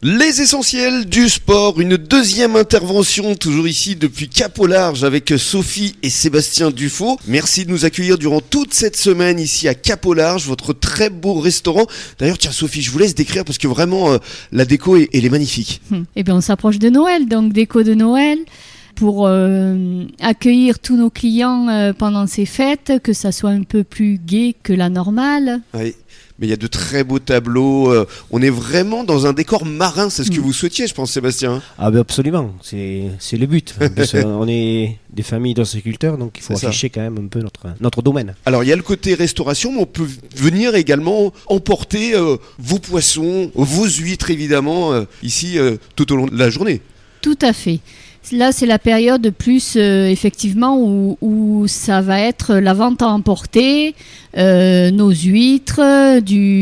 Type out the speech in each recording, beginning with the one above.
Les essentiels du sport, une deuxième intervention, toujours ici depuis Cap au Large avec Sophie et Sébastien Dufaux. Merci de nous accueillir durant toute cette semaine ici à Cap au Large, votre très beau restaurant. D'ailleurs, tiens Sophie, je vous laisse décrire parce que vraiment la déco elle est magnifique. Eh bien, on s'approche de Noël, donc déco de Noël. Pour accueillir tous nos clients pendant ces fêtes, que ça soit un peu plus gai que la normale. Oui. Mais il y a de très beaux tableaux. On est vraiment dans un décor marin. C'est ce que vous souhaitiez, je pense, Sébastien. Ah ben absolument, c'est le but. On est des familles d'agriculteurs, donc il faut afficher quand même un peu notre domaine. Alors il y a le côté restauration, mais on peut venir également emporter vos poissons, vos huîtres évidemment, ici tout au long de la journée. Tout à fait. Là, c'est la période plus, effectivement, où ça va être la vente à emporter, nos huîtres,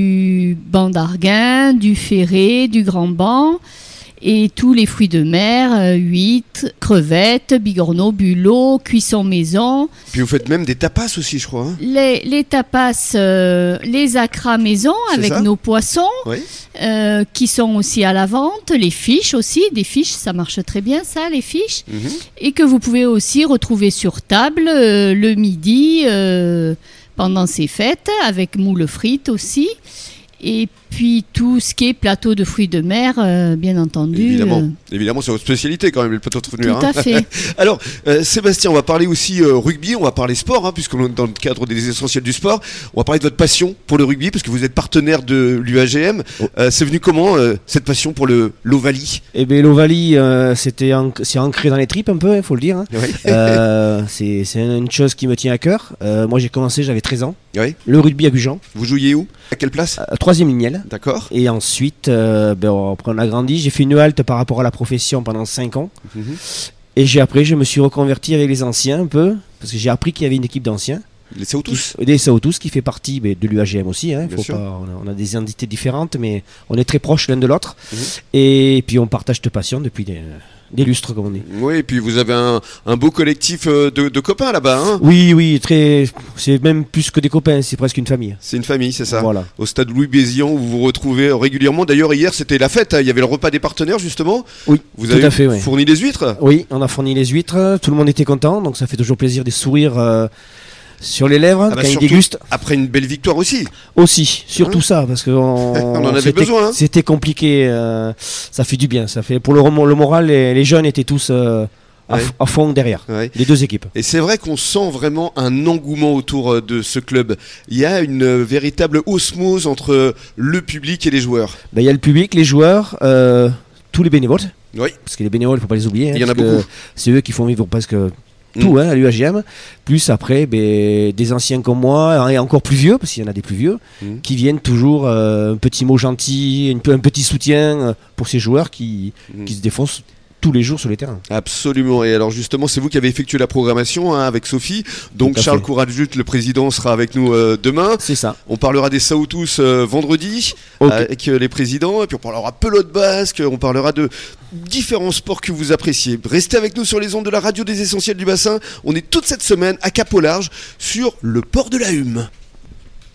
du banc d'Arguin, du ferret, du grand banc, et tous les fruits de mer, huîtres, crevettes, bigorneaux, bulots, cuisson maison. Puis vous faites même des tapas aussi, je crois. Hein. Les tapas, les acras maison avec nos poissons, oui. Qui sont aussi à la vente, les fiches aussi, des fiches, ça marche très bien ça, les fiches, et que vous pouvez aussi retrouver sur table le midi pendant ces fêtes, avec moules frites aussi. Et puis tout ce qui est plateau de fruits de mer, bien entendu. Évidemment, c'est votre spécialité quand même, le plateau de fruits de mer. Tout à fait. Alors, Sébastien, on va parler aussi rugby, on va parler sport, puisqu'on est dans le cadre des essentiels du sport. On va parler de votre passion pour le rugby, parce que vous êtes partenaire de l'UAGM. C'est venu comment, cette passion pour l'Ovalie ? Eh bien, l'Ovalie, c'est ancré dans les tripes un peu, il faut le dire. Oui. C'est une chose qui me tient à cœur. Moi, j'ai commencé, j'avais 13 ans. Oui. Le rugby à Gujan. Vous jouiez où ? À quelle place ? 3e lignelle. D'accord. Et ensuite, on a grandi. J'ai fait une halte par rapport à la profession pendant 5 ans. Et je me suis reconverti avec les anciens un peu, parce que j'ai appris qu'il y avait une équipe d'anciens. Les Saotous. Des Saotous qui fait partie de l'UAGM aussi. On a des entités différentes, mais on est très proches l'un de l'autre. Et puis on partage de passion depuis des lustres, comme on dit. Oui, et puis vous avez un beau collectif de copains là-bas. Hein. Oui, c'est même plus que des copains, c'est presque une famille. C'est une famille, c'est ça. Voilà. Au stade Louis Bézian, où vous vous retrouvez régulièrement. D'ailleurs, hier, c'était la fête. Il y avait le repas des partenaires, justement. Oui, vous avez fourni les huîtres ? Oui, on a fourni les huîtres. Tout le monde était content, donc ça fait toujours plaisir de sourire sur les lèvres quand ils dégustent. Après une belle victoire aussi. Surtout ça, parce qu'on on en avait besoin. C'était compliqué, ça fait du bien. Ça fait pour le moral, les jeunes étaient tous à fond derrière, les deux équipes. Et c'est vrai qu'on sent vraiment un engouement autour de ce club. Il y a une véritable osmose entre le public et les joueurs. Il y a le public, les joueurs, tous les bénévoles. Oui. Parce que les bénévoles, il ne faut pas les oublier. Il y en a beaucoup. C'est eux qui font vivre presque tout à l'UAGM, plus après des anciens comme moi et encore plus vieux, parce qu'il y en a des plus vieux, qui viennent toujours un petit mot gentil, un petit soutien pour ces joueurs qui se défoncent tous les jours sur les terrains. Absolument. Et alors justement, c'est vous qui avez effectué la programmation avec Sophie. Donc Charles Courajut, le président, sera avec nous demain. C'est ça. On parlera des Saotous vendredi avec les présidents. Et puis on parlera pelote basque. On parlera de différents sports que vous appréciez. Restez avec nous sur les ondes de la radio des Essentiels du Bassin. On est toute cette semaine à Cap au Large sur le port de la Hume.